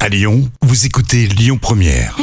À Lyon, vous écoutez Lyon Première.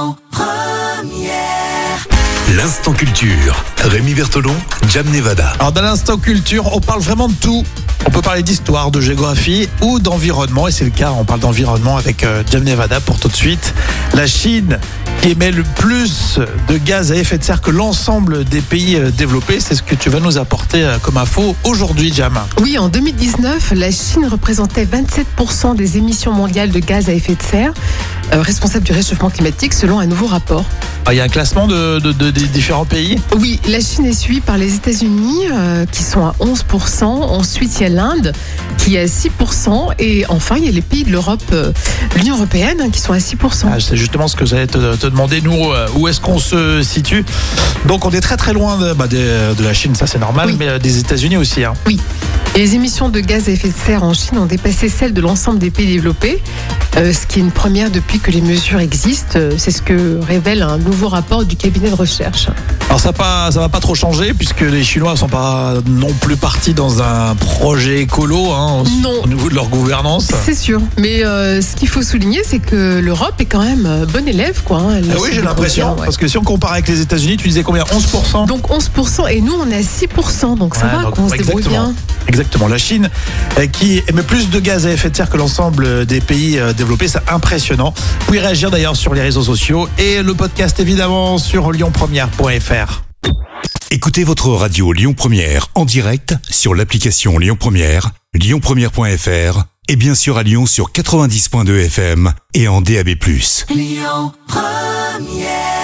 L'instant culture. Rémi Bertolon, Jam Nevada. Alors dans l'instant culture, on parle vraiment de tout. On peut parler d'histoire, de géographie ou d'environnement. Et c'est le cas, on parle d'environnement avec Jam Nevada pour tout de suite. La Chine qui émet le plus de gaz à effet de serre que l'ensemble des pays développés. C'est ce que tu vas nous apporter comme info aujourd'hui, Jam. Oui, en 2019, la Chine représentait 27% des émissions mondiales de gaz à effet de serre, responsable du réchauffement climatique selon un nouveau rapport. Il y a un classement des différents pays. Oui, la Chine est suivie par les États-Unis qui sont à 11%. Ensuite, il y a l'Inde qui est à 6%. Et enfin, il y a les pays de l'Europe, l'Union européenne qui sont à 6%. C'est justement ce que j'allais te demander. Nous, où est-ce qu'on se situe? Donc, on est très très loin de la Chine, ça c'est normal, Oui. mais des États-Unis aussi. Oui. Et les émissions de gaz à effet de serre en Chine ont dépassé celles de l'ensemble des pays développés, ce qui est une première depuis que les mesures existent. C'est ce que révèle un nouveau rapport du cabinet de recherche. Alors ça va pas trop changer puisque les Chinois sont pas non plus partis dans un projet écolo Non. au niveau de leur gouvernance. C'est sûr. Mais ce qu'il faut souligner, c'est que l'Europe est quand même bon élève, quoi. Elle Ah oui, suit j'ai le l'impression, programme, ouais. parce que si on compare avec les États-Unis, tu disais combien? 11%. Donc 11% et nous on est à 6%, donc ça Ouais, va, donc, quoi, on se débrouille bien. Exactement. La Chine qui émet plus de gaz à effet de serre que l'ensemble des pays développés, c'est impressionnant. Vous pouvez réagir d'ailleurs sur les réseaux sociaux et le podcast évidemment sur lyonpremière.fr. Écoutez votre radio Lyon Première en direct sur l'application Lyon Première, lyonpremière.fr et bien sûr à Lyon sur 90.2 FM et en DAB+. Lyon Première.